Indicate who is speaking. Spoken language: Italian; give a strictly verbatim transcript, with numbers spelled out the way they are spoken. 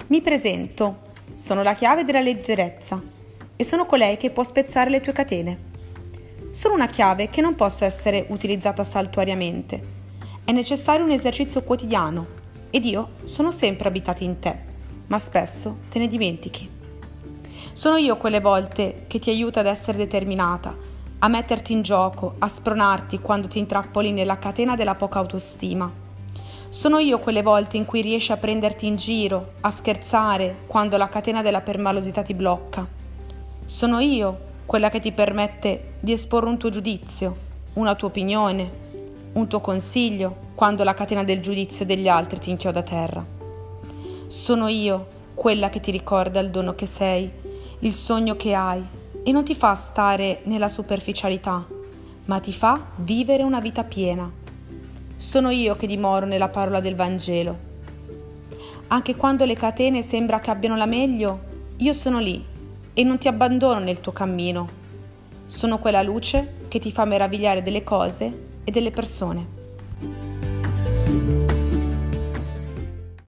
Speaker 1: Mi presento, sono la chiave della leggerezza e sono colei che può spezzare le tue catene. Sono una chiave che non posso essere utilizzata saltuariamente. È necessario un esercizio quotidiano ed io sono sempre abitata in te, ma spesso te ne dimentichi. Sono io quelle volte che ti aiuta ad essere determinata, a metterti in gioco, a spronarti quando ti intrappoli nella catena della poca autostima. Sono io quelle volte in cui riesci a prenderti in giro, a scherzare quando la catena della permalosità ti blocca. Sono io quella che ti permette di esporre un tuo giudizio, una tua opinione, un tuo consiglio quando la catena del giudizio degli altri ti inchioda a terra. Sono io quella che ti ricorda il dono che sei, il sogno che hai e non ti fa stare nella superficialità, ma ti fa vivere una vita piena. Sono io che dimoro nella parola del Vangelo. Anche quando le catene sembra che abbiano la meglio, io sono lì e non ti abbandono nel tuo cammino. Sono quella luce che ti fa meravigliare delle cose e delle persone.